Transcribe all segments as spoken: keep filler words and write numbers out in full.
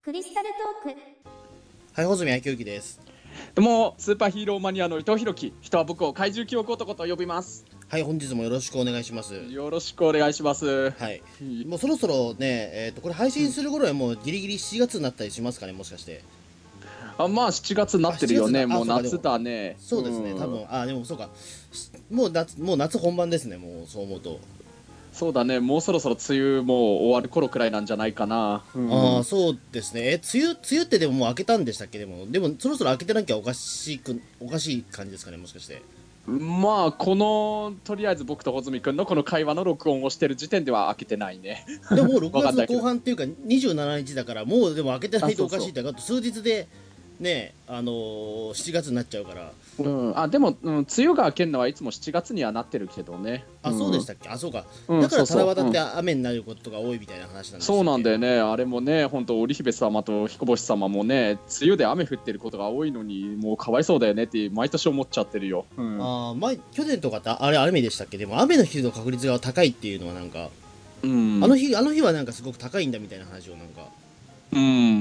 クリスタルトーク。 はい、穂積昭之です。 どうもスーパーヒーローマニアの伊藤弘樹、人は僕を怪獣記憶男と呼びます。 はい、本日もよろしくお願いします。 よろしくお願いします。 はい、もうそろそろね、えーとこれ配信する頃はもうギリギリしちがつになったりしますかね、もしかして。 あ、まあしちがつになってるよね。もう夏だね。 そうですね、うん、多分あでもそうか、もう夏もう夏本番ですね。もうそう思うと。 そうだね、もうそろそろ梅雨も終わる頃くらいなんじゃないかな。 うん、ああ、そうですね。え、梅雨梅雨ってでももう明けたんでしたっけ。でもでもそろそろ明けてなきゃおかしくおかしい感じですかね、もしかして。 まあこのとりあえず僕と穂積君のこの会話の録音をしてる時点では開けてないね。 でももうろくがつの後半っていうかにじゅうしちにちだから、もうでも開けてないとおかしいってか、あと数日でね、あのー、しちがつになっちゃうから。 うん、あでも、うん、梅雨が明けるのはいつもしちがつにはなってるけどね。 あ、そうでしたっけ。あ、そうか、 うん、 だから七夕ってそうそう、 雨になることが多いみたいな話なんですよ。 そうなんだよね。あれもね、本当織姫様と彦星様もね、梅雨で雨降ってることが多いのに、もうかわいそうだよねって毎年思っちゃってるよ。うん、 あ、前去年とかってあれ雨でしたっけ。でも雨の日の確率が高いっていうのはなんか、 うん、 あの日あの日はなんかすごく高いんだみたいな話をなんか、 うん、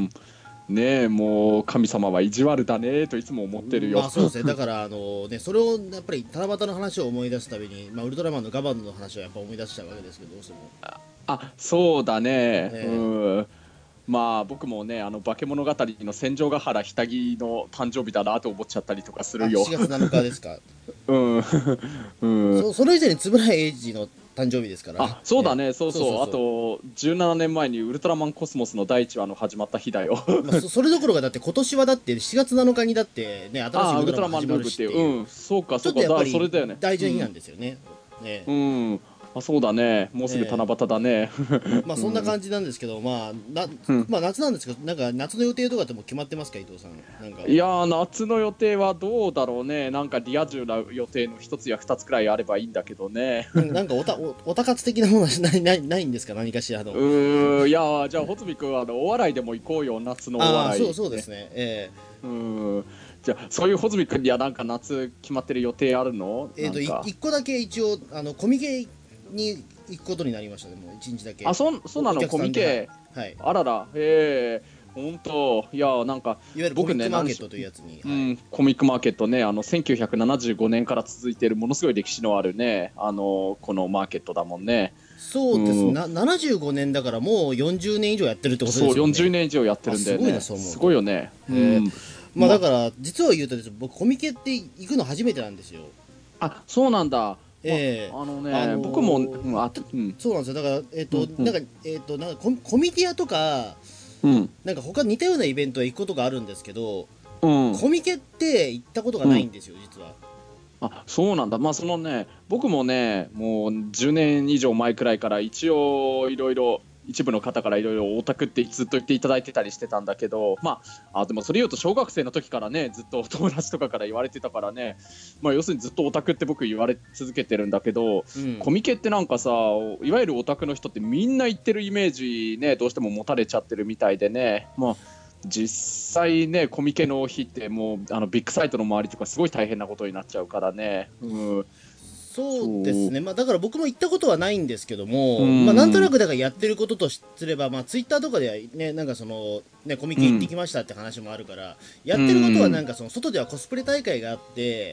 ねえ、もう神様は意地悪だねといつも思ってるよ。 まあそうですね。だからあのね、それをやっぱり七夕の話を思い出すたびに、まあウルトラマンのガバンの話をやっぱ思い出しちゃうわけですけど、どうしても。 あ、そうだね。 えうん。まあ僕もね、あの化け物語の戦場ヶ原ひたぎの誕生日だなと思っちゃったりとかすー、あ、 るよ。 しちがつなのかですか。 うん、うん。 そそれ以前に円谷英二の誕生日ですから。 あ、そうだね、 えーそうそう、あとじゅうななねんまえにウルトラマンコスモスのだいいちわの始まった日だよ。 まあ、そそれどころかだって今年はだってしがつなのかにだってね、新しいああ、 ウルトラマンウルトラマン始まるしってルーブっていう、 いう、 うん、そうか、そうか、だからちょっとやっぱりそれだよね。 大事な日なんですよね。ね、 うん、うん、あ、そうだね、もうすぐ七夕だね。 まあそんな感じなんですけど、まあな、 うん、 まあ夏なんですけど、なんか夏の予定とかってもう決まってますか、伊藤さん。なんか。 いやー、夏の予定はどうだろうね。なんかリア充な予定の一つや二つくらいあればいいんだけどね。 なんかなんかおたおおたかつ的なものはないないないんですか、何かしらの。 うー、いやー、じゃあ穂積君、あのお笑いでも行こうよ、夏のおああ、 笑い、 そうそうですね。えうーん、じゃあそういう穂積君にはなんか夏決まってる予定あるの？ ー、えっ、といなんか、 一個だけ一応あのコミケに行くことになりましたね。もう一日だけ。 あ、そそうなの、 お客コミケ。 さんで、はい、はい、いわあらら、へえ、本当。いや、なんかゆるコミ僕ね、 ックマー何しケットというやつに、はい。 うん、コミックマーケットね、あのせんきゅうひゃくななじゅうごねんから続いているものすごい歴史のあるね、あのこのマーケットだもんね。 そうです、 うん、 なななじゅうごねんだからもうよんじゅうねん以上やってるってことですよね。 そう、よんじゅうねん以上やってるんだよね。 すごいな、そう思うと。 すごいよね。うえー、 ん、ままあだから実は言うとですね、僕コミケって行くの初めてなんですよ。 あ、そうなんだ。 ええ、 まあのね、 あのー僕も、うん、あ、うん、 そうなんですよ。だからえっ、と、 うん、うん、 なんかえっ、となんかココミティアとかうん、 なんか他似たようなイベントは行くことがあるんですけど、 うん、 コミケって行ったことがないんですよ、実は。 あ、そうなんだ。まあそのね、僕もね、もうじゅうねん以上前くらいから一応いろいろ一部の方からいろいろオタクってずっと言っていただいてたりしてたんだけど、まあ、あでもそれ言うと小学生の時からね、ずっと友達とかから言われてたからね、まあ要するにずっとオタクって僕言われ続けてるんだけど、 うん、 コミケってなんかさ、いわゆるオタクの人ってみんな言ってるイメージね、どうしても持たれちゃってるみたいでね、まあ実際ね、コミケの日ってもうあのビッグサイトの周りとかすごい大変なことになっちゃうからね。うん、 そうですね。まあだから僕も行ったことはないんですけども、 うん、 まあなんとなくだからやってることとすれば、まあツイッターとかではね、なんかそのね、コミケ行ってきましたって話もあるから、やってることはなんかその外ではコスプレ大会があって、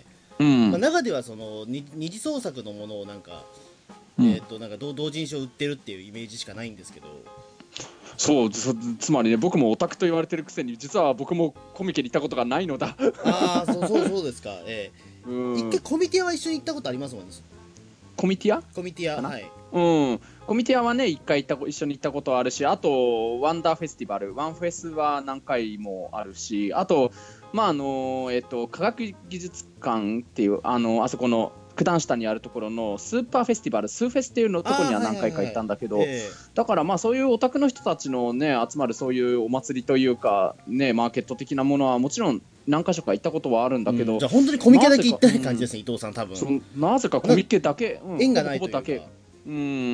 うん、 まあ、中ではそのに二次創作のものをなんか、 うん、 えっ、となんか同同人誌を売ってるっていうイメージしかないんですけど。 そうつ、つまりね、僕もオタクと言われてるくせに実は僕もコミケに行ったことがないのだ。 ああ、そうそうそうですか。ええ、 うん、 一回コミティアは一緒に行ったことありますもんね。 コミティアコミティア、 かな、 はい。 うん、コミティアはね、一回行った一緒に行ったことあるし、あとワンダーフェスティバル、ワンフェスは何回もあるし、あと、まああのえっと、科学技術館っていう、あのあそこの九段下にあるところのスーパーフェスティバル、スーフェスっていうのとこには何回か行ったんだけど、だからまあそういうオタクの人たちのね集まるそういうお祭りというかね、マーケット的なものはもちろん何か所か行ったことはあるんだけど、 うん、じゃあ本当にコミケだけ行った感じですね、うん、伊藤さん多分。 そなぜかコミケだけ、うん、 縁がないというか。 ほぼほぼだけ。うん、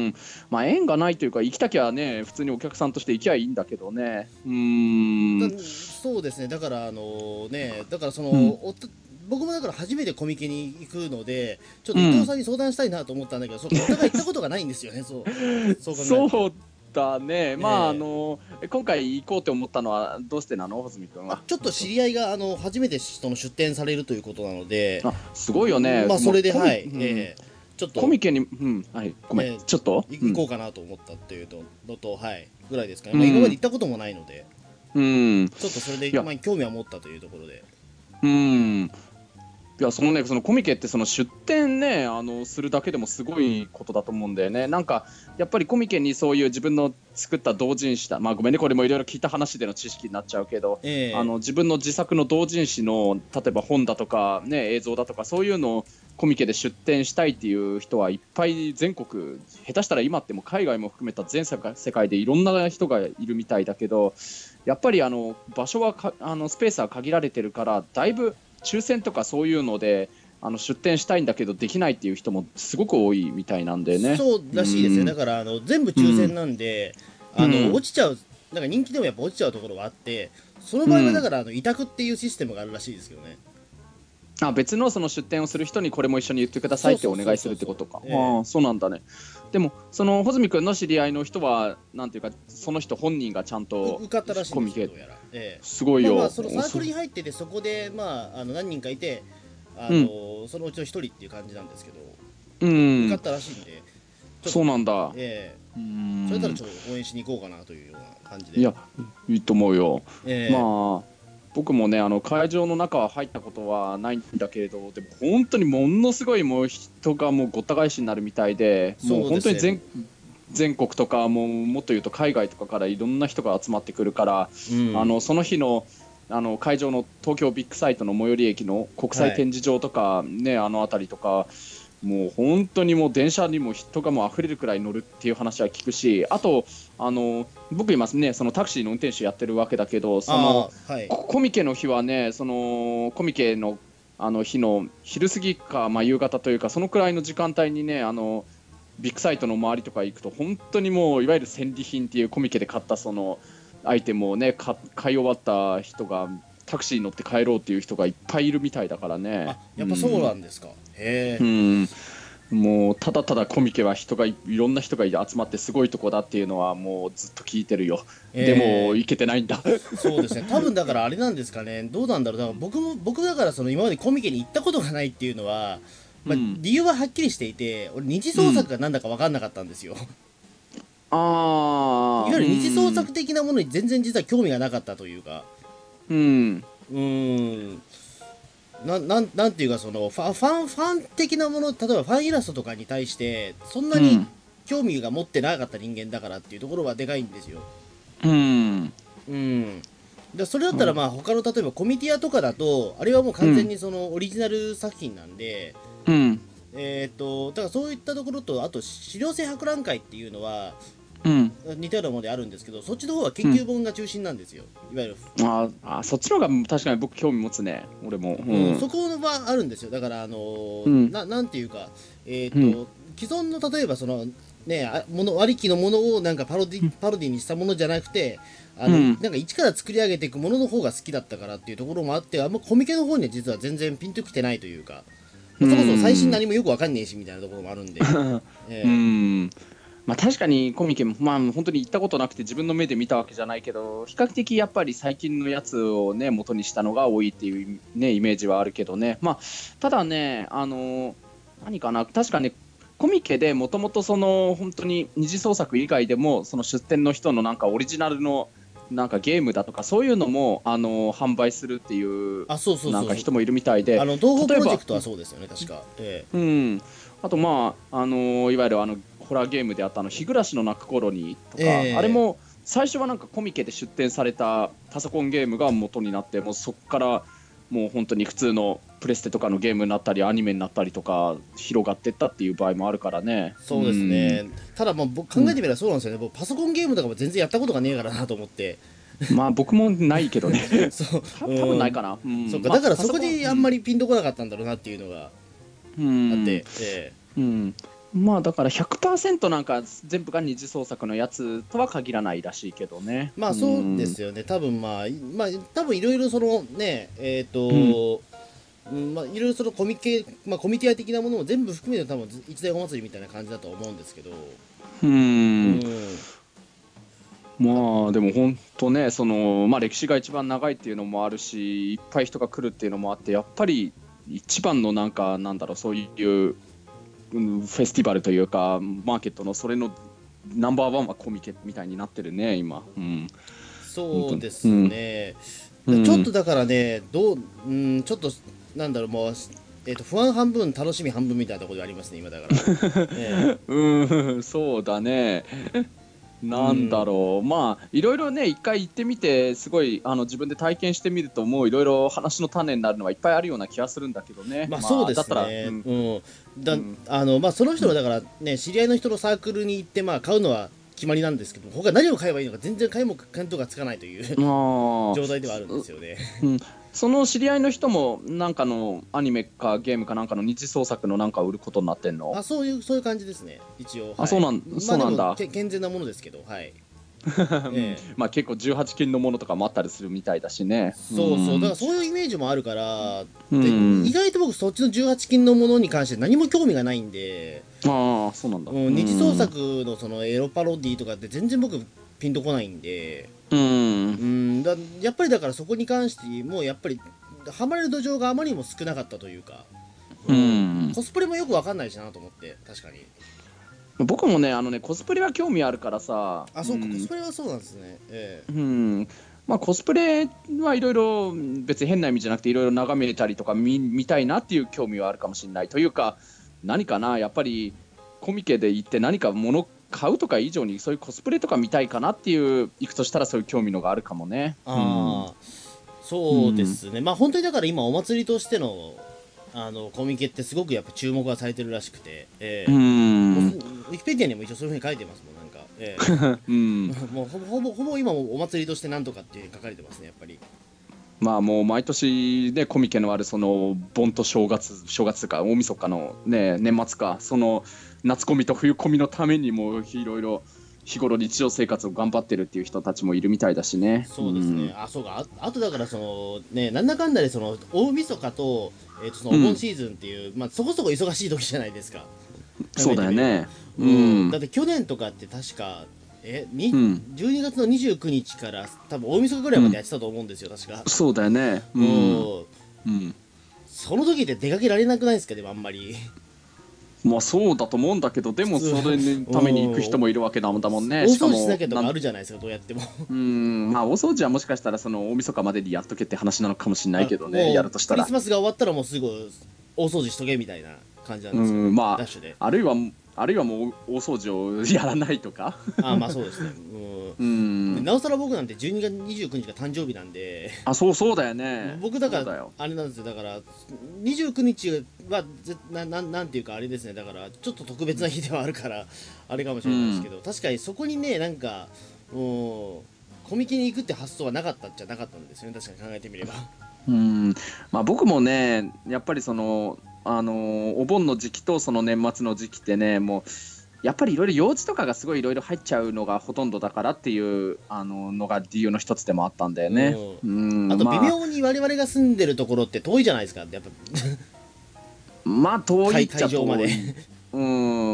まあ縁がないというか、行きたきゃね普通にお客さんとして行きゃいいんだけどね。うーん、 そうですね。だからあのね、だからその、 うん、 お僕もだから初めてコミケに行くので、ちょっと伊藤さんに相談したいなと思ったんだけど、うん、そうお互い行ったことがないんですよね。そうそう考えると。 そうだね。まあ、あの今回行こうと思ったのはどうしてなの、穂積君は。 ちょっと知り合いがあの初めてその出展されるということなので、 あ、すごいよね。 まあそれでもうコミはい、 うんえーちょっとコミケに、うん、はい、ごめん、 えーちょっと、 い行こうかなと思ったっていうのと、はい、ぐらいですかね。 うんまあ今まで行ったこともないので、 うん、うん、 ちょっとそれでいや、 まあ興味は持ったというところで。 うん。いや、そのね、そのコミケってその出展ね、あのするだけでもすごいことだと思うんだよね。なんかやっぱりコミケにそういう自分の作った同人誌だ、まあごめんね、これもいろいろ聞いた話での知識になっちゃうけど、 えーあの自分の自作の同人誌の例えば本だとかね、映像だとかそういうのをコミケで出展したいっていう人はいっぱい全国、下手したら今っても海外も含めた全世界世界でいろんな人がいるみたいだけど、やっぱりあの場所はかあのスペースは限られてるから、だいぶ抽選とかそういうのであの出店したいんだけどできないっていう人もすごく多いみたいなんでね。 そうらしいですね。だかからあの全部抽選なんで、 うんあのうん落ちちゃう、なんか人気でもやっぱ落ちちゃうところがあって、その場合はだからあの委託っていうシステムがあるらしいですけどね。 あ、別のその出店をする人にこれも一緒に言ってくださいってお願いするってことか。 そうそうそうそうええああ、そうなんだね。でもその穂積君の知り合いの人はなんていうか、その人本人がちゃんとう受かったらしいコミケんですよ、どうやら。ええすごいよ。 まあまあそのサークルに入ってて、そこでまああの何人かいて、あの、そのうちの一人っていう感じなんですけど、 う受かっん、 たらしいんで、ちょっとそうなんだ。 ええうんそれたらちょっと応援しに行こうかなというような感じで。 いや、いいと思うよ。 ええまあ僕もね、あの会場の中は入ったことはないんだけれど、でも本当にものすごいもう人がもうごった返しになるみたいで、もうそうですね本当に全全国とかもうもっと言うと海外とかからいろんな人が集まってくるから、 うんあのその日のあの会場の東京ビッグサイトの最寄り駅の国際展示場とか、ね、あの辺りとか、もう本当にもう電車にも人がもう溢れるくらい乗るっていう話は聞くし、あとあの僕今ね、そのタクシーの運転手やってるわけだけど、そのああはいココミケの日はね、そのコミケのあの日の昼過ぎか、まあ、夕方というかそのくらいの時間帯にね、あのビッグサイトの周りとか行くと本当にもういわゆる戦利品っていうコミケで買ったそのアイテムをねか買い終わった人がタクシーに乗って帰ろうっていう人がいっぱいいるみたいだからね。 あやっぱそうなんですか。へえ、 うんもうただただコミケは人がいいろんな人が集まってすごいとこだっていうのはもうずっと聞いてるよ。 えーでも行けてないんだ。 そうですね。多分だからあれなんですかね。どうなんだろう。だから僕も僕だからその今までコミケに行ったことがないっていうのは、まあうん理由ははっきりしていて、俺二次創作がなんだか分かんなかったんですよ。 ああいわゆる二次創作的なものに全然実は興味がなかったというか、 うんうーん。ななんなんていうかそのファファンファン的なもの、例えばファンイラストとかに対してそんなにうん興味が持ってなかった人間だからっていうところはでかいんですよ。 うんうん。でそれだったらまあ他の例えばコミティアとかだとあれはもう完全にそのオリジナル作品なんで、 うんえっ、とだからそういったところと、あと資料性博覧会っていうのはうん似たようなものであるんですけど、そっちの方は研究本が中心なんですよ、いわゆる、 ああそっちの方が確かに僕興味持つね、俺も。ううんんそこはあるんですよ。だからあのーうんななんていうか、えっ、と、 うん既存の例えばそのねあものありきのものをなんかパロディパロディにしたものじゃなくて、あの、 うんなんか一から作り上げていくものの方が好きだったからっていうところもあって、あんまコミケの方には実は全然ピンときてないというか、まあそもそも最新何もよくわかんねえしみたいなところもあるんで、えうーんまあ、確かにコミケも、まあ、本当に行ったことなくて自分の目で見たわけじゃないけど、比較的やっぱり最近のやつを、ね、元にしたのが多いっていう、ね、イメージはあるけどね、まあ、ただね、あの何かな、確かね、コミケでもともとその本当に二次創作以外でもその出店の人のなんかオリジナルのなんかゲームだとかそういうのもあの販売するっていうあそうそうそうなんか人もいるみたいで、 あの東宝プ例えばロジェクトはそうですよね、確か。えうん、あとまあ、あのいわゆるあのホラーゲームであったあの日暮らしの泣く頃にとか、 ええあれも最初はなんかコミケで出展されたパソコンゲームが元になって、もうそこからもう本当に普通のプレステとかのゲームになったりアニメになったりとか広がっていったっていう場合もあるからね。 そうですね、ただまあ僕考えてみればそうなんですよね、僕パソコンゲームとかも全然やったことがねえからなと思って。 うん、まあ僕もないけどねそう多分ないかな、うんそっか、 まあだからそこにあんまりピンとこなかったんだろうなっていうのがあうんって、えうんまあだから ひゃくパーセント なんか全部が二次創作のやつとは限らないらしいけどね。 まあそうですよね、多分まあ、まあ、多分いろいろそのね、えっ、と、うんまあ、いろいろそのコミケ、まあ、コミティア的なものも全部含めて多分いつでお祭りみたいな感じだと思うんですけど、 うん、 うんまあでも本当ね、そのまあ歴史が一番長いっていうのもあるし、いっぱい人が来るっていうのもあって、やっぱり一番のなんかなんだろう、そういう、うん、フェスティバルというかマーケットのそれのナンバーワンはコミケみたいになってるね今。うん、本当に。 そうですね、 うん、 ちょっとだからね、どう、うん、ちょっと、なんだろう、もう、えっと、不安半分、楽しみ半分みたいなところでありますね、今だから。えうん、そうだね。 え、うなんだん、 ろう、まあいろいろね、一回行ってみて、すごいあの自分で体験してみると、もういろいろ話の種になるのはいっぱいあるような気がするんだけどね。 まあそうでまあだったら、うすね、 ん、 うん、だ、 うん、 あの、まあその人の、だからね、知り合いの人のサークルに行って、まあ買うのは決まりなんですけど、他何を買えばいいのか全然買いも見当がつかないというまあ、 状態ではあるんですよね。 うん、その知り合いの人も、なんかのアニメかゲームかなんかの二次創作のなんかを売ることになってんの？ あ、そういう、そういう感じですね、一応、 あ、 はい。 そうなん、 まあでも、 そうなんだ。 け健全なものですけど、はい。 うん、 ええ、 まあ結構じゅうはち金のものとかもあったりするみたいだしね。うそうそう、だかん、 らそういうイメージもあるから、 うで、意ん、 外と僕そっちのじゅうはち金のものに関して何も興味がないんで、 ああ、そうなんだ。 うん、 う二次創ん、 作のそのエロパロディとかって全然僕ピンとこないんで、 うん、 うん、だやっぱりだからそこに関してもうやっぱりハマれる土壌があまりにも少なかったというか、ううん、 ん。 コスプレもよくわかんないしなと思って、確かに。 僕もね、あのね、コスプレは興味あるからさ、 あ、そうか、コスうん、 プレはそうなんですね。えうん、まあコスプレはいろいろ別に変な意味じゃなくていろいろ眺めたりとか見、見たいなっていう興味はあるかもしれないというか、何かな、やっぱりコミケで行って何か物買うとか以上にそういうコスプレとか見たいかなっていう行くとしたらそういう興味のがあるかもね。 え、 うん、 ああ、そうでうん、 すね。まあ本当にだから今お祭りとしてのあのコミケってすごくやっぱ注目がされてるらしくて、 うええ、もうん、 ウィキペディアにも一応そういうふうに書いてますもん、なんか、えうん。 え、もうほぼほぼほぼ今もお祭りとしてなんとかっていうふうに書かれてますね、やっぱり。 まあもう毎年ねコミケのあるその盆と正月正月とか大晦日のね年末かその夏コミと冬コミのためにもいろいろ日頃日常生活を頑張ってるっていう人たちもいるみたいだしね。うそうですね、 ん、 あ、そうか、あ、あとだからそのね、なんだかんだでその大晦日と、えっとそのうん、 お盆シーズンっていう、まあそこそこ忙しい時じゃないですか。考そうえてみれば。 だよね。ううん、だん、 って去年とかって確か、え、にうん、 じゅうにがつのにじゅうくにちから多分大晦日ぐらいまでやうん、 ってたと思うんですよ、確か。 そうだよね。ううん、 ん、 うん。 その時って出かけられなくないですか、でもあんまり。 まあそうだと思うんだけどでも普通、 それのために行く人うん、 もいるわけだもんね。 大しか掃除しなきゃともなんかあるじゃないですか、どうやっても。 うん、まあ大掃除はもしかしたらその大晦日までにやっとけって話なのかもしれないあ、 けどね、やもうるとしたら。 クリスマスが終わったらもうすぐ大掃除しとけみたいな感じなんうですかね、 ん、まダッシュで。 あ、あるいは、あるいはもう大掃除をやらないとか。 あ、まあそうですね。 ううん。でん。 なおさら僕なんてじゅうにがつにじゅうくにちが誕生日なんで、 あ、そうそうだよね。 僕だからそうだよ。 あれなんですよ、だからにじゅうくにちはぜなななんていうかあれですね、だからちょっと特別な日ではあるからあれかもしうん。 れないですけど、確かにそこにね、なんかうん、コミケに行くって発想はなかったっちゃなかったんですよね、確かに考えてみれば。 うん。まあ僕もね、やっぱりその、あのお盆の時期とその年末の時期ってね、もう、やっぱりいろいろ用事とかがすごいいろいろ入っちゃうのがほとんどだからっていうあののが理由の一つでもあったんだよね。 うん、 うん、 あと微まあ、 妙に我々が住んでるところって遠いじゃないですか、やっぱまあ遠い会っちゃ会場まで。 遠い。うん、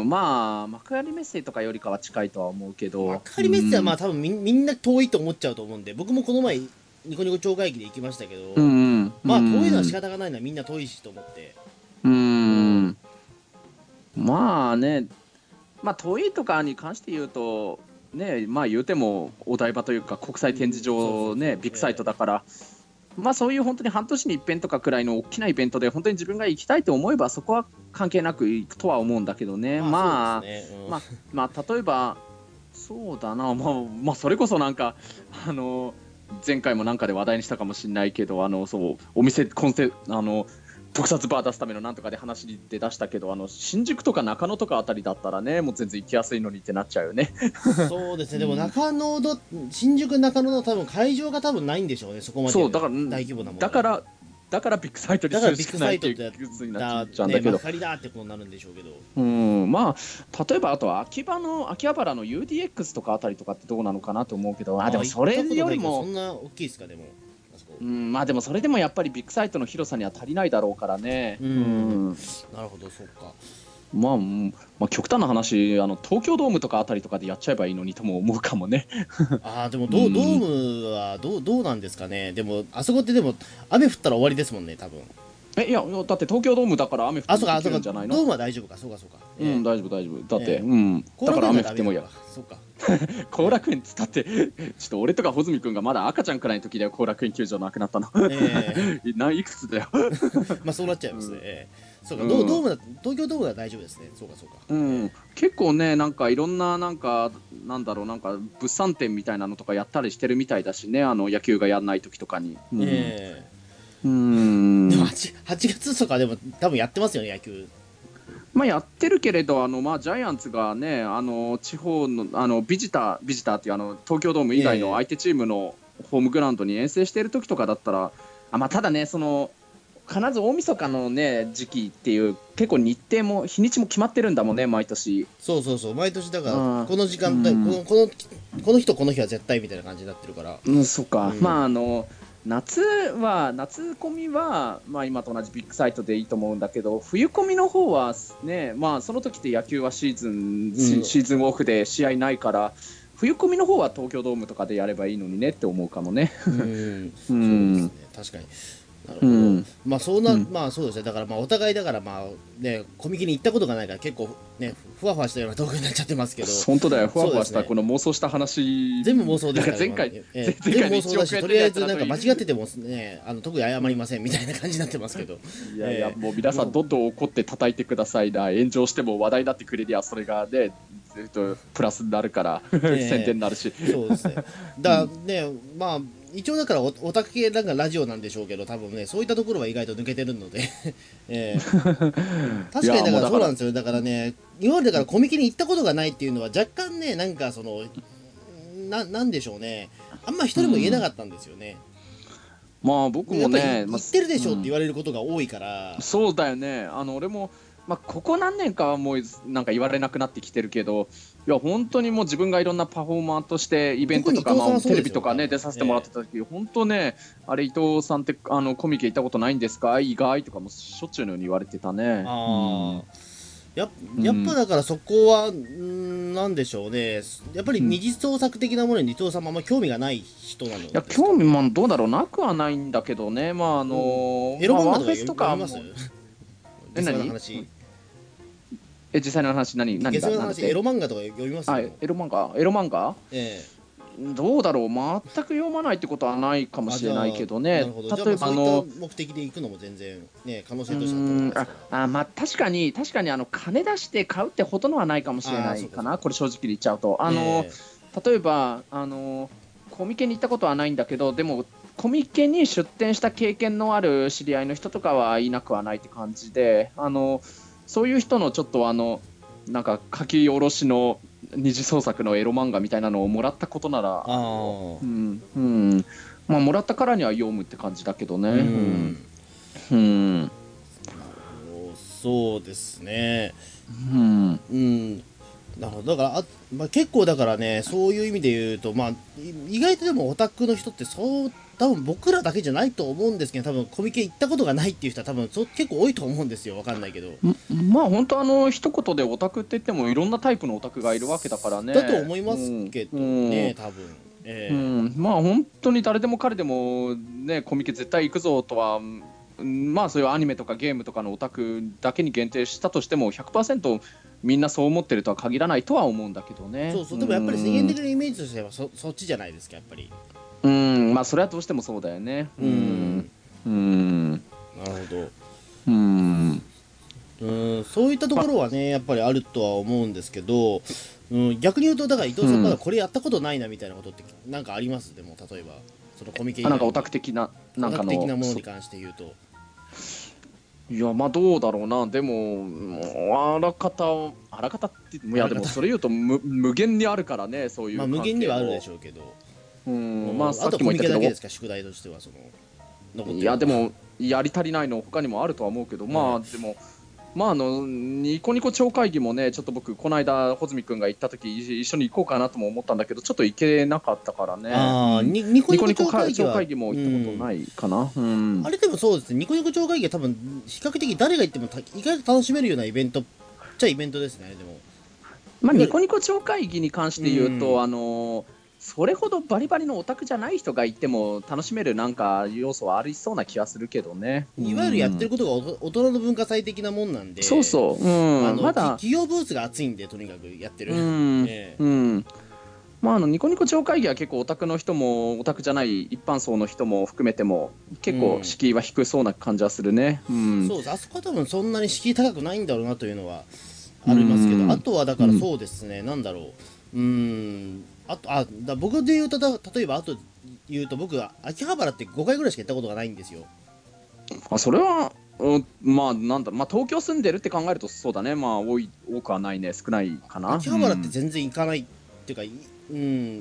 まあ幕張メッセとかよりかは近いとは思うけど、 幕う張メッセはまん、 あ多分みみんな遠いと思っちゃうと思うんで、僕もこの前ニコニコ超会議で行きましたけうど、 ん、うまあ遠いのは仕ん、 方がないのはみんな遠いしと思って。 ううん、 ん、まあね、まあ遠いとかに関して言うと、ね、まあ言うてもお台場というか国際展示そうそう場ね、 そう、 ビッグサイトえだから、まあそういう本当に半年に一遍とかくらいの大きなイベントで本当に自分が行きたいと思えばそこは関係なく行くとは思うんだけどね。 ー、まあそうですまあ、 ね。 まあ、まあ例えば、そうだな、まあ、まあ、それこそなんか、あの、前回もなんかで話題にしたかもしれないけど、あの、そう、お店、コンセ、あの、特撮バー出すためのなんとかで話で出したけど、あの、新宿とか中野とかあたりだったらね、もう全然行きやすいのにってなっちゃうよね。 うん、そうですね。でもうん、 中野の、新宿中野の多分会場が多分ないんでしょうね、そこまでそう、だから、 大規模なものが。 だから、だからビッグサイトにするしだからビッグかないっていうサイトって図になっだ、ね、 ちゃうんだけど、 幕張だってことになるんでしょうけど。 うん、まあ、例えばあとは秋葉の、秋葉原の ユーディーエックス とかあたりとかってどうなのかなと思うけど、あ、でああ、 も行ったそれことないけど、そよりも、 んな大きいですか、でも。あそこ。 うん、まあでもそれでもやっぱりビッグサイトの広さには足りないだろうからね。 ううん、 ん、 なるほど、そっか。 まあ、まあ、極端な話、あの東京ドームとかあたりとかでやっちゃえばいいのにとも思うかもね。 ああ、でもうド、ドん、 ームはどう、どうなんですかね。でも、あそこってでも、雨降ったら終わりですもんね、多分。 え、いや、だって東京ドームだから雨降ってあ、そうか、あ、 もできそうか、 るんじゃないの？ ドームは大丈夫か、そうか、そうか。 うん、 え大丈夫、大丈夫。だって、 えええうん、 後だから楽園がダメ雨降ってもや、 なのか、そうか。 後楽園っつったって、ちょっと俺とか穂積君がまだ赤ちゃんくらいの時だよ、後楽園球場なくなったの。 ええないくつだよ。 まあそうなっちゃいますね。 うん、 ええそうか、ド、ドーうんムだ、東京ドームは大丈夫ですね。そうか、そうか。 うん、結構ね、なんかいろんな、なんか、なんだろう、なんか物産展みたいなのとかやったりしてるみたいだしね、あの野球がやんない時とかに。うん、 ええうでもん、 はち、はちがつとかでも多分やってますよね、野球。 まあやってるけれど、あのまあジャイアンツがね、あの地方のあのビジター、ビジターっていうあの東京ドーム以外のええ相手チームのホームグラウンドに遠征している時とかだったら、あまあただね、その必ず大晦日のね時期っていう結構日程も日にちも決まってるんだもんね、毎年。 そうそうそう、毎年だから、 うんこの時う間帯、こんの、この、この日とこの日は絶対みたいな感じになってるから。 うん、そっか、 うんまああの夏は夏コミは、まあ、今と同じビッグサイトでいいと思うんだけど、冬コミの方はね、まあその時って野球はシーズン、 うんシーズンオフで試合ないから、冬コミの方は東京ドームとかでやればいいのにねって思うかもね。 うん、 うそうですんね、確かに。なるうほど。 んまあそうな、 うんまあそうですね。だからまあお互いだからまあね、コミケに行ったことがないから結構ね、ふわふわしたようなトークになっちゃってますけど。 本当だよ、ふわふわしそうですねたこの妄想した話、 全部妄想ですから、 だから前回、 今ええ前回の1 全部妄想だし、 億円とりあえずなんかのやつだと間違っててもね、あの特に謝りませんみたいな感じになってますけど。 いやいや、 ええもう皆さんどんどん怒って叩いてくださいな、炎上しても話題になってくれりゃそれがね、ずっとプラスになるから、 え宣伝になるし。 そうですね。だね、まあ、一応だからオオタク系なんかラジオなんでしょうけど、多分ね、そういったところは意外と抜けてるので、ええ確かにだからそうなんですよ。だからね、今までだからコミケに行ったことがないっていうのは若干ね、なんかその、な、なんでしょうね。あんま人でも言えなかったんですよね。 まあ僕やっぱりもね、まあ行ってるでしょって言うんわれることが多いから、 そうだよね、あの俺も、まあ、ここ何年かはもうなんか言われなくなってきてるけど、いや本当にもう自分がいろんなパフォーマーとしてイベントとか、 特に伊藤さんまあ、 はそうですよテレビとかね出させてもらってた時、本当ね、あれ伊藤さんってあのコミケ行ったことないんですか、意外とかもしょっちゅうのように言われてたね。 ああ、ややっぱだからそこは、んなんでしょうね、やっぱり二次創作的なものに伊藤さんもあんま興味がない人なのですか？ いや興味もどうだろう、なくはないんだけどね、まああのエロ漫まあ、ワ画とか読ンフェスとかもみます？ え実際の何話、 え実際の話何何実際の話、 が何でエロ漫画とか読みます？ あエロ漫画エロ漫画えどうだろう、全く読まないってことはないかえもしれないけどあね、 じゃあなるほど。じゃあ例えまあそういばあのった目的で行くのも全然ね、可能う性としてあったわけーんあですからあまあ確かに確かにあの金出して買うってほどのはないかもしれないかな、これ正直に言っちゃうと、あの、 え例えばあのコミケに行ったことはないんだけど、でもコミケに出店した経験のある知り合いの人とかはいなくはないって感じで、あのそういう人のちょっとあのなんか書き下ろしの二次創作のエロ漫画みたいなのをもらったことなら、 ああうんうんまあ、もらったからには読むって感じだけどね。 ううんんうんそうですね。 うんうんなるほど。だからあ、まあ、結構だからね、そういう意味で言うと、まあ、い意外とでもオタクの人ってそう多分僕らだけじゃないと思うんですけど、多分コミケ行ったことがないっていう人は多分そう結構多いと思うんですよ。わかんないけど。 まあ本当あの一言でオタクって言ってもいろんなタイプのオタクがいるわけだからね。 だと思いますけどね、多分。えうえん、まあ本当に誰でも彼でもねコミケ絶対行くぞとは、うんまあそういうアニメとかゲームとかのオタクだけに限定したとしてもひゃくパーセントみんなそう思ってるとは限らないとは思うんだけどね。 そうそう、でもやっぱり世間的なイメージとしてはそそっちじゃないですか、やっぱり。 うんまあそれはどうしてもそうだよね。 うんうんなるほど。 うんうんそういったところはね、やっぱりあるとは思うんですけど、うん、逆に言うと、だから伊藤さん、まだこれやったことないなみたいなことって、なんかあります？でも、例えば、そのコミケ以外にあなんかオタク的ななんかのオタク的なものに関して言うと。 いやまあどうだろうな、でももうあらかたあらかたっていやでもそれ言うと無無限にあるからね、そういうまあ、 関係も無限にはあるでしょうけど、 うんまあさあとコミっきも言ったけどケだけですか、宿題としては、その、残ってるのいやでもやり足りないの他にもあるとは思うけど、まあでもまああのニコニコ超会議もね、ちょっと僕この間穂積君が行った時一緒に行こうかなとも思ったんだけど、ちょっと行けなかったからね。 ああ、 うんにニコニコニコニコ超会議は、 超会議も行ったことないかな。うんうんあれでもそうですね、ニコニコ超会議は多分、比較的誰が行ってもた意外と楽しめるようなイベントっちゃイベントですね。でもまあニコニコ超会議に関して言うと、 うんあのそれほどバリバリのオタクじゃない人がいても楽しめるなんか要素はありそうな気がするけどね。 いわゆるやってるこことがお大人の文化祭的なもんなんで、 そうそう、うん、 あのまだ、 企業ブースが熱いんで、とにかくやってる。 うん、 ええうん、まあ、あのニコニコ超会議は結構オタクの人もオタクじゃない一般層の人も含めても結構敷居は低そうな感じはするね。うん、 そうです。あそこは多分そんなに敷居高くないんだろうなというのはありますけど、 うんあとはだからそうですね、なんだろう、うーん、あと、あ、だ僕で言うと、だ例えば、あと言うと、僕は秋葉原ってごかいぐらいしか行ったことがないんですよ。 あそれは、うん、まあなんだ、まあ、東京住んでるって考えるとそうだね、まあ多い多くはないね、少ないかな。 秋葉原って全然行かないっていうか、いうん、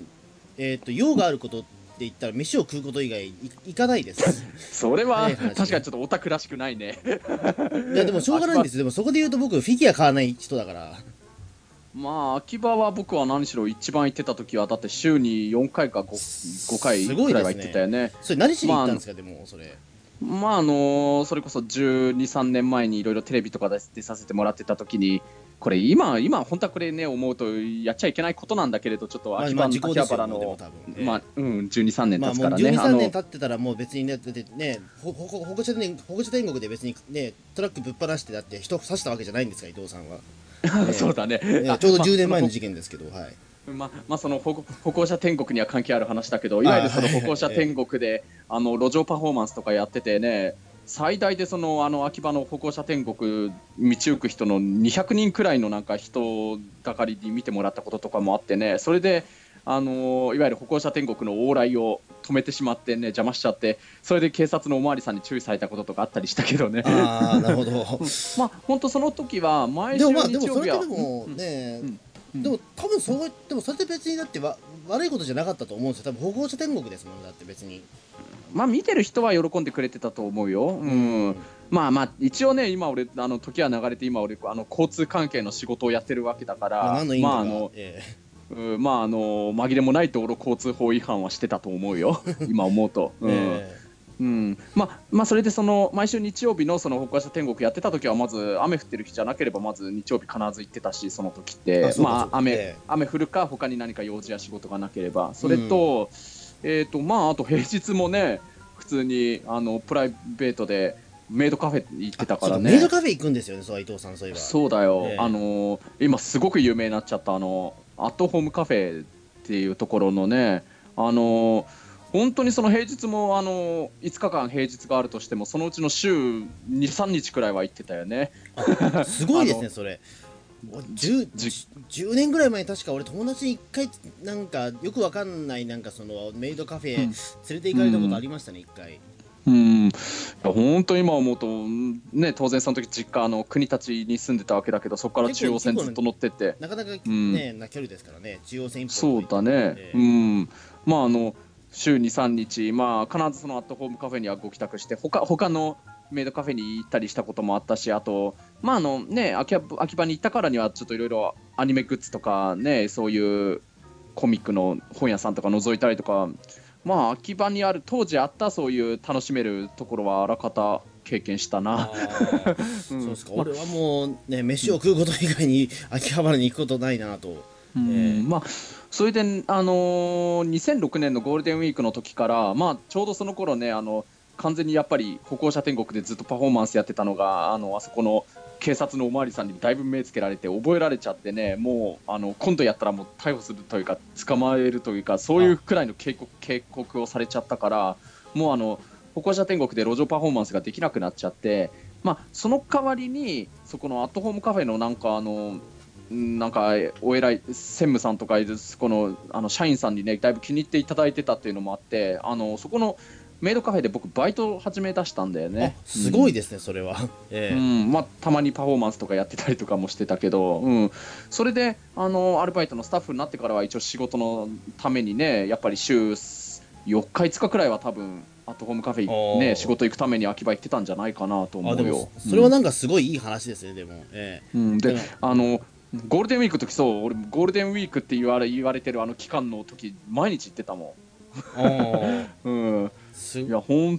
えっ、と、用があることって言ったら、飯を食うこと以外い行かないです。 それは早い話確かにちょっとオタクらしくないね。 いや、でもしょうがないんですよ。でもそこで言うと、僕、フィギュア買わない人だから。 まあ秋葉は僕は何しろ一番行ってた時はだって週によんかいか 5, 5回すごいですね。 くらいは行ってたよね。 それ何しに行ったんですか、でも、それ。 まああのそれこそじゅうに、さんねんまえにいろいろテレビとかで出させてもらってた時にこれ今今本当はこれね思うとやっちゃいけないことなんだけれどちょっと秋葉,、 まあ、時効秋ですよ、 葉原のもうでも多分。ええまあうんじゅうに、さんねんまあもう経つからじゅうに、3 ねあの年経ってたらもう別にね、だってね、ほほほ保護者天保護者天国で別にね、トラックぶっ放してだって人刺したわけじゃないんですか、伊藤さんは。えそうだね、 えあちょうどまあじゅうねんまえの事件ですけど、はい。 ままあ、その歩歩行者天国には関係ある話だけどいわゆるその歩行者天国であの路上パフォーマンスとかやっててね最大でそのあの秋葉の歩行者天国道行く人のにひゃくにんくらいのなんか人だかりに見てもらったこととかもあってねそれであのいわゆる歩行者天国の往来を止めてしまってね邪魔しちゃってそれで警察のおまわりさんに注意されたこととかあったりしたけどねああ、なるほど。 まあ本当その時は毎週でもまあ、でもそれって日曜日はでもうんね、 うんうんでも多分そう、でもそれって別にだってわ悪いことじゃなかったと思うんですよ。多分保護者天国ですもん、だって別に。 まあ見てる人は喜んでくれてたと思うよ。うん。 うんまあまあ一応ね今俺あの時は流れて今俺あの交通関係の仕事をやってるわけだかまあ、 ら何の因果が、 まああの、 えうん、まああの紛れもない道路交通法違反はしてたと思うよ。今思うと。 えうん。 えうん、まあまあそれでその毎週日曜日のその歩行者天国やってた時はまず雨降ってる日じゃなければまず日曜日必ず行ってたしその時ってあそうかそうかまあ雨、 ええ雨降るか他に何か用事や仕事がなければそれと、えっ、とまああと平日もね普通にあのプライベートでメイドカフェ行ってたからね。 メイドカフェ行くんですよね、そう伊藤さん、そういえば。 そうだよ、 ええあの今すごく有名になっちゃったあのアットホームカフェっていうところのねあの本当にその平日もあのいつかかん平日があるとしてもそのうちの週に、さんにちくらいは行ってたよね。 すごいですね、 あのそれ。10, じゅうねんぐらい前に確か俺友達に一回なんかよくわかんないなんかそのメイドカフェ連れて行かれたことありましたね、一回。 うんいや本当今思うと、ね、当然その時実家あの国立に住んでたわけだけどそこから中央線ずっと乗ってってなかなかうんね、な距離ですからね、中央線一本そうだね、 ええうんまああの週に、さんにち、まあ、必ずそのアットホームカフェにはご帰宅して他他のメイドカフェに行ったりしたこともあったしあと、まああのね、秋葉秋葉に行ったからにはちょっといろいろアニメグッズとか、ね、そういうコミックの本屋さんとか覗いたりとか、まあ、秋葉にある当時あったそういう楽しめるところはあらかた経験したな。 そうですか、俺はもうね飯を食うこと以外に秋葉原に行くことないなと。 うんええまあ、それで、あのーにせんろくねんのゴールデンウィークの時から、まあ、ちょうどその頃ねあの完全にやっぱり歩行者天国でずっとパフォーマンスやってたのがあのあそこの警察のおまわりさんにだいぶ目つけられて覚えられちゃってねもうあの今度やったらもう逮捕するというか捕まえるというかそういうくらいの警告、警告をされちゃったからもうあの歩行者天国で路上パフォーマンスができなくなっちゃって、まあ、その代わりにそこのアットホームカフェのなんかあのなんかお偉い専務さんとかこのあの社員さんにねだいぶ気に入っていただいてたっていうのもあってあのそこのメイドカフェで僕バイトを始め出したんだよね。 あすごいですね、それは。ええうんまあ、たまにパフォーマンスとかやってたりとかもしてたけど、うん、それであのアルバイトのスタッフになってからは一応仕事のためにねやっぱり週よっかいつかくらいは多分アットホームカフェ、 おーね、仕事行くために秋葉行ってたんじゃないかなと思あでもうよ。 それはなんかすごいいい話ですね、でも。ええうん、でだかあのゴールデンウィークの時そう俺ゴールデンウィークって言われ言われてるあの期間の時毎日行ってたもらあーん、うん、 すいやほん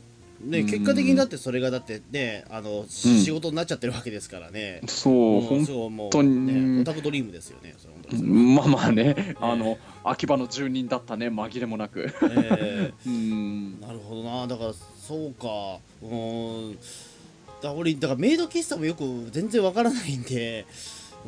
ね、結果的にだってそれがだってね、あの、仕事になっちゃってるわけですからね。 そう本当に、 ね、オタクドリームですよね。それ本当にまあまあね、えー、あの秋葉の住人だったね、紛れもなく。 えー、うんなるほどな。だからそうか、うんだ俺だからメイド喫茶もよく全然わからないんで、うん、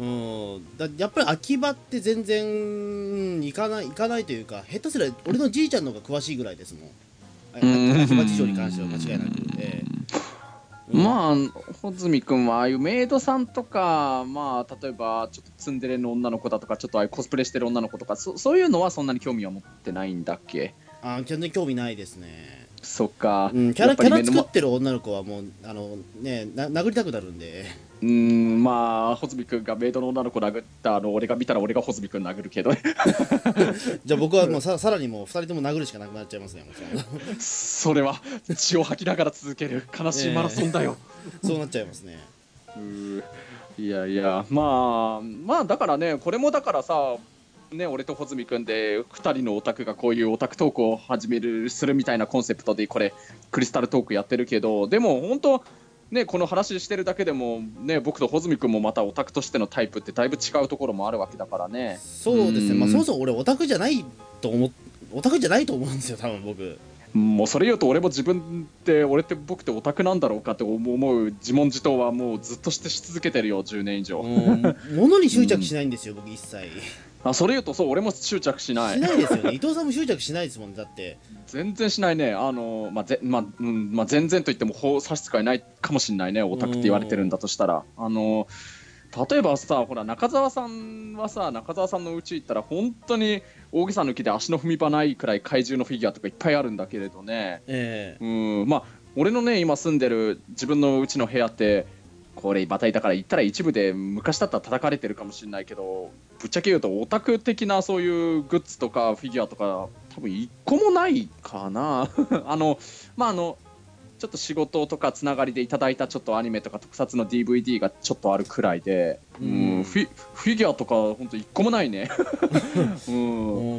だやっぱり秋葉って全然行かない行かないというか、下手すら俺のじいちゃんの方が詳しいぐらいですもん。秋葉事情に関しては間違いなく。えーうん、まあ穂積君はああいうメイドさんとか、まあ例えばちょっとツンデレの女の子だとか、ちょっとああいうコスプレしてる女の子とか、そそういうのはそんなに興味は持ってないんだっけ？ あ全然興味ないですね。 そっか、 うん、キャラキャラ作ってる女の子はもうあのねな殴りたくなるんで。 うーんまあ穂積君がメイドの女の子殴ったの俺が見たら俺が穂積君殴るけどじゃあ僕はもう さ, さらにもうふたりとも殴るしかなくなっちゃいますね。もうそれは血を吐きながら続ける悲しいマラソンだよ、 えー、そうなっちゃいますね。 ういやいやまあまあだからね、これもだからさね、俺と穂積君でふたりのオタクがこういうオタクトークを始めるするみたいなコンセプトでこれクリスタルトークやってるけど、でも本当ね、この話してるだけでも、ね、僕と穂積君もまたオタクとしてのタイプってだいぶ違うところもあるわけだからね。 そうですね、まあ、そもそも俺オタクじゃないと思オタクじゃないと思うんですよ、多分僕。 もうそれ言うと俺も自分って俺って僕ってオタクなんだろうかって思う自問自答はもうずっとしてし続けてるよ、じゅうねん以上。 物に執着しないんですよ、僕一切。 あそれ言うとそう、俺も執着しないしないですよね。伊藤さんも執着しないですもん、だって全然しないね。あの、まあぜまあうんまあ、全然と言っても法差し支えないかもしれないね、オタクって言われてるんだとしたら。あの例えばさ、ほら中澤さんはさ、中澤さんの家行ったら本当に大げさ抜きで足の踏み場ないくらい怪獣のフィギュアとかいっぱいあるんだけれどね、 えー、うんまあ俺のね今住んでる自分の家の部屋ってこれバタイだから言ったら一部で昔だったら叩かれてるかもしれないけど、ぶっちゃけ言うとオタク的なそういうグッズとかフィギュアとか多分一個もないかなあのまああのちょっと仕事とかつながりでいただいたちょっとアニメとか特撮の ディーブイディー がちょっとあるくらいで、うん、フィ、フィギュアとか本当一個もないね、 うん、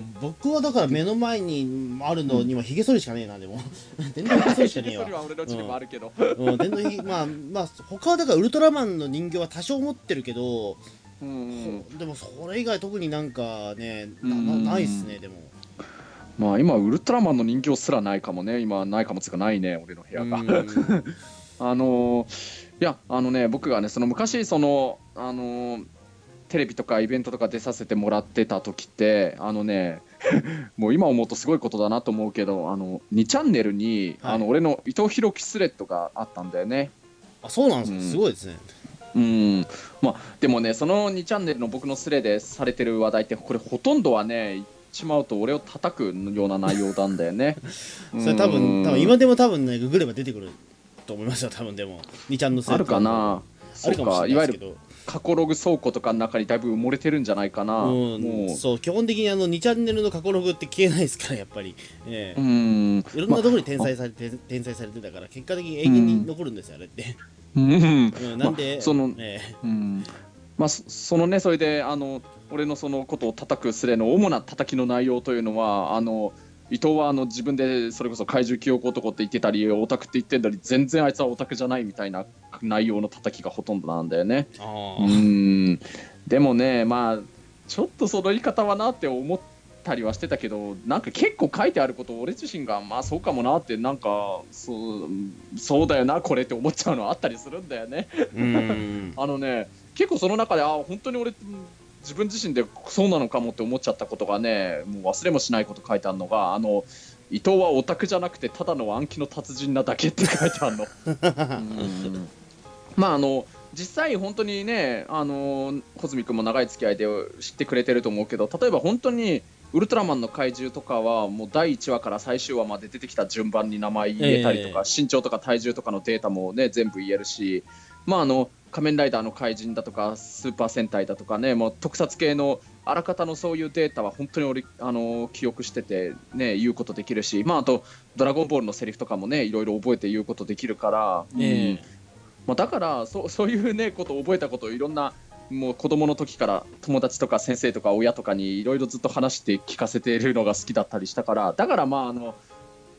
僕はだから目の前にあるのにはヒゲ剃りしかねえな。でも電動ヒゲ剃りしかねえわ。 ヒゲ剃りは俺の家にもあるけど、 うんうん、電動ヒゲまあまあ他はだからウルトラマンの人形は多少持ってるけど、うん、でもそれ以外特になんかね な, な, ないっすね。でもまあ今ウルトラマンの人形すらないかもね。今ないかもつかないね、俺の部屋があのいやあのね僕がねその昔そのあのテレビとかイベントとか出させてもらってた時ってあのねもう今思うとすごいことだなと思うけど、あのにチャンネルに、はい、あの俺の伊藤弘樹スレッドがあったんだよね。 あ、そうなんですか、うん、すごいですね。 うんまあ、でもねそのにチャンネルの僕のスレでされてる話題ってこれほとんどはねしまうと俺を叩くような内容なんだよねそれ多分多分今でも多分ねググれば出てくると思いますよ。多分でもにちゃんのスレッドあるかな。 あるかもしれないですけど、いわゆる過去ログ倉庫とかの中にだいぶ埋もれてるんじゃないかな。 うん、もうそう基本的にあのにチャンネルの過去ログって消えないですからやっぱり、えー、うんいろんなところに転載されて、ま、転載されてたから結果的に永遠に残るんですよ、うん、あれってうん、うん、なんで、 ま、その、 えー、うんまあ、そのねそれであの俺のそのことを叩くスレの主な叩きの内容というのはあの伊藤はあの自分でそれこそ怪獣記憶男って言ってたりオタクって言ってんだり全然あいつはオタクじゃないみたいな内容の叩きがほとんどなんだよね。あうんでもねまあちょっとその言い方はなって思ったりはしてたけど、なんか結構書いてあることを俺自身がまあそうかもなってなんかそうそうだよなこれって思っちゃうのはあったりするんだよねうんあのね結構その中であ本当に俺自分自身でそうなのかもって思っちゃったことがねもう忘れもしないこと書いてあるのが、あの伊藤はオタクじゃなくてただの暗記の達人なだけって書いてあるのうんまああの実際本当にねあの穂積君も長い付き合いで知ってくれてると思うけど、例えば本当にウルトラマンの怪獣とかはもうだいいちわから最終話まで出てきた順番に名前言えたりとか、えー、身長とか体重とかのデータもね全部言えるし、まああの仮面ライダーの怪人だとかスーパー戦隊だとかねもう特撮系のあらかたのそういうデータは本当に俺あの記憶しててね言うことできるし、まああとドラゴンボールのセリフとかもねいろいろ覚えて言うことできるから、えーうんまあ、だからそ う, そういうねことを覚えたことをいろんなもう子供の時から友達とか先生とか親とかにいろいろずっと話して聞かせているのが好きだったりしたから、だからまああの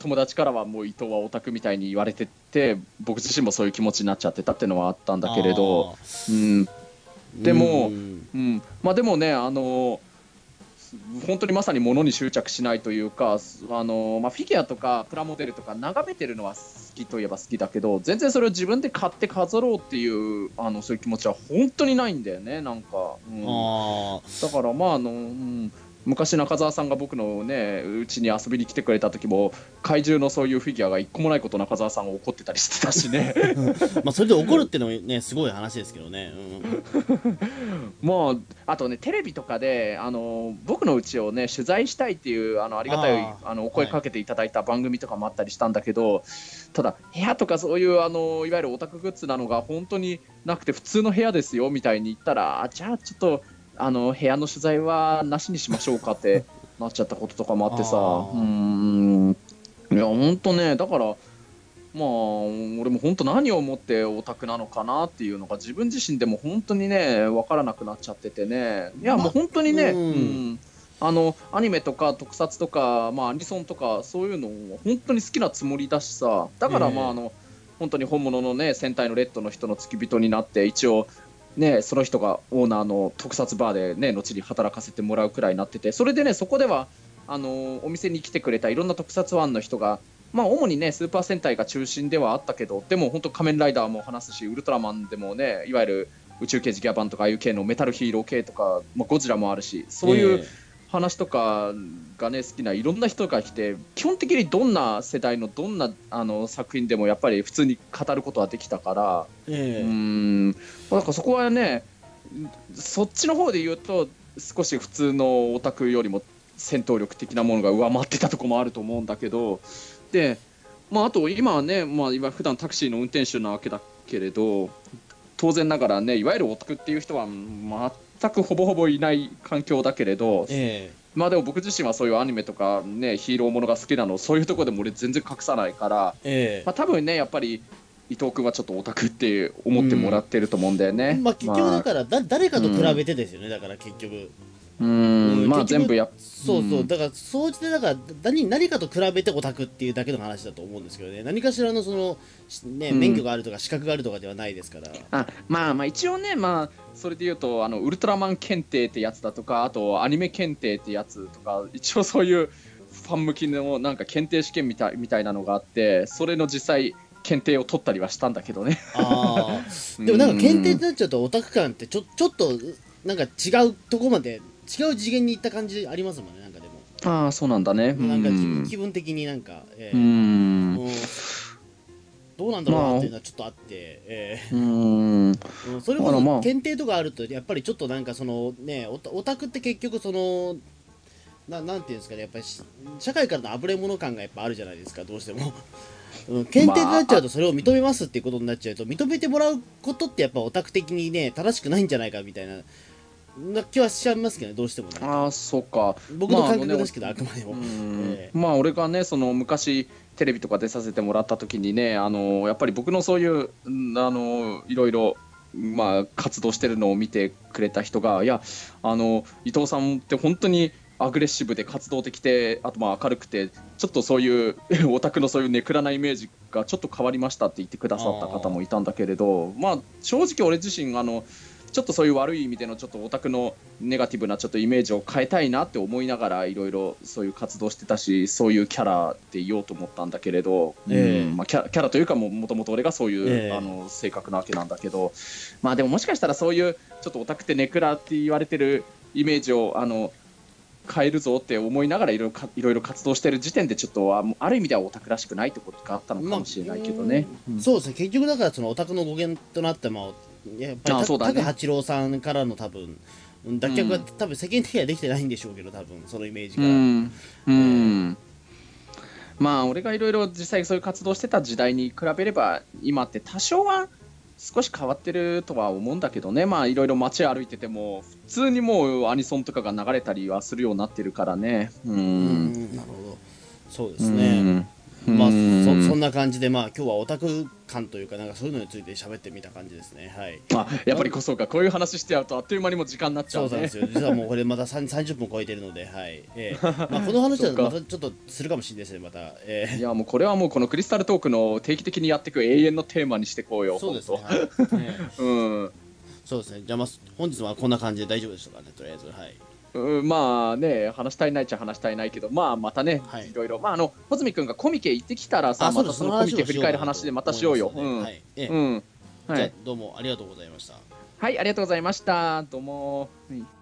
友達からはもう伊藤はオタクみたいに言われてて、僕自身もそういう気持ちになっちゃってたっていうのはあったんだけれど、うん、でも、うんうん、まあでもね、あの本当にまさに物に執着しないというか、あの、まあ、フィギュアとかプラモデルとか眺めてるのは好きといえば好きだけど、全然それを自分で買って飾ろうっていうあのそういう気持ちは本当にないんだよね、なんか、うん、 あだからまああの、うん昔中澤さんが僕のねうちに遊びに来てくれた時も怪獣のそういうフィギュアが一個もないこと中澤さんが怒ってたりしてたしねまあそれで怒るっていうのもねすごい話ですけどね、 うん、もうあとねテレビとかであの僕のうちをね取材したいっていうあのありがたいああのお声かけていただいた番組とかもあったりしたんだけど、はい、ただ部屋とかそういうあのいわゆるオタクグッズなのが本当になくて普通の部屋ですよみたいに言ったら、じゃあちょっとあの部屋の取材はなしにしましょうかってなっちゃったこととかもあってさ、うーん、いや本当ね、だからまあ俺も本当何を思ってオタクなのかなっていうのが自分自身でも本当にね分からなくなっちゃっててね、いやもう本当にね、ま、うん、うん、あのアニメとか特撮とか、まあ、アニソンとかそういうのを本当に好きなつもりだしさ、だからまああの、えー、本当に本物のね戦隊のレッドの人の付き人になって一応ね、その人がオーナーの特撮バーで、ね、後に働かせてもらうくらいになってて、それでねそこではあのお店に来てくれたいろんな特撮ファンの人が、まあ、主にねスーパー戦隊が中心ではあったけど、でも本当仮面ライダーも話すしウルトラマンでもねいわゆる宇宙刑事ギャバンとかああいう系のメタルヒーロー系とか、まあ、ゴジラもあるし、そういう話とかがね好きないろんな人が来て、基本的にどんな世代のどんなあの作品でもやっぱり普通に語ることはできたから、えー、うーんなんかそこはねそっちの方で言うと少し普通のオタクよりも戦闘力的なものが上回ってたところもあると思うんだけど、で、まあ、あと今はね、まあ、今普段タクシーの運転手なわけだけれど、当然ながらねいわゆるオタクっていう人は全くほぼほぼいない環境だけれど、えー、まあでも僕自身はそういうアニメとかねヒーローものが好きなの、そういうところでも俺全然隠さないから、えーまあ、多分ねやっぱり伊藤君はちょっとオタクって思ってもらってると思うんだよね、 うん、まあ結局だから、まあ、だ誰かと比べてですよね、うん、だから結局うーん、うん、まあ全部やそうそう、うん、だから総じてだから何何かと比べてオタクっていうだけの話だと思うんですけどね、何かしらのその、ね、免許があるとか資格があるとかではないですから、うん、 あまあまあ一応ね、まあそれで言うとあのウルトラマン検定ってやつだとか、あとアニメ検定ってやつとか、一応そういうファン向きのなんか検定試験みたいみたいなのがあって、それの実際検定を取ったりはしたんだけどね。あでもなんか検定になっちゃうとオタク感ってちょちょっとなんか違うとこまで違う次元に行った感じありますもんね、なんかでも。 ああそうなんだね。 なんか気分、気分的になんか、えー、うんうんどうなんだろうなっていうのはちょっとあって、えー、うんそれこそ検定とかあるとやっぱりちょっとなんかそのねオタ、オタクって結局そのななんていうんですかね、やっぱり社会からのあぶれ者感がやっぱあるじゃないですか、どうしても。うん、検定になっちゃうとそれを認めますっていうことになっちゃうと、認めてもらうことってやっぱオタク的にね正しくないんじゃないかみたいなな気はしちゃいますけどね、どうしてもね。 ああそうか、 僕の感覚ですけど、まあ、あくまでも、 えー、まあ俺がねその昔テレビとか出させてもらった時にね、あのやっぱり僕のそういうあのいろいろまあ活動してるのを見てくれた人が、いやあの伊藤さんって本当にアグレッシブで活動的で、あとまあ明るくてちょっとそういうオタクのそういうネクラなイメージがちょっと変わりましたって言ってくださった方もいたんだけれど、まあ正直俺自身あのちょっとそういう悪い意味でのちょっとオタクのネガティブなちょっとイメージを変えたいなって思いながらいろいろそういう活動してたし、そういうキャラでいようと思ったんだけれど、えーうんまあ、キャラ、キャラというかもともと俺がそういう、えー、あの性格なわけなんだけど、まあでももしかしたらそういうちょっとオタクってネクラって言われてるイメージをあの変えるぞって思いながらいろいろ活動してる時点でちょっとある意味ではオタクらしくないってことがあったのかもしれないけどね、 まあうん、そうですね、結局だからそのオタクの語源となって、まあ、やっぱりタク八郎さんからの多分脱却は、うん、多分世間的にはできてないんでしょうけど、多分そのイメージから、うんうんえー、 まあ俺がいろいろ実際そういう活動してた時代に比べれば今って多少は少し変わってるとは思うんだけどね、まあいろいろ街歩いてても普通にもうアニソンとかが流れたりはするようになってるからね。うん、うんなるほど、そうですね。 まあそうんそんな感じで、まあ今日はオタク感というかなんかそういうのについて喋ってみた感じですね。はい。 あ、やっぱりこそうか、こういう話してやるとあっという間にも時間になっちゃうね。 そうなんですよ。実はもうこれまたさんさんじゅっぷん超えてるので、はい。えー、まあこの話はまたちょっとするかもしれないですね。また。えー、 いやもうこれはもうこのクリスタルトークの定期的にやっていく永遠のテーマにしてこうよ。 そうですね。はい。えー、 うん。 そうですね。じゃあまあ本日はこんな感じで大丈夫でしょうかね。とりあえず、はい。 うん、まあね、話したいないっちゃ話したいないけど、まあまたね、 はいいろいろ、まああの、穂積君がコミケ行ってきたらさ、 あ、そうです。 またそのコミケ振り返るその話をしよう話でまたかなと思いしようよ。うん。 ますのではい。えー、 うん。はじゃあい。 どうもありがとうございました。 はい、ありがとうございました。どうも。はい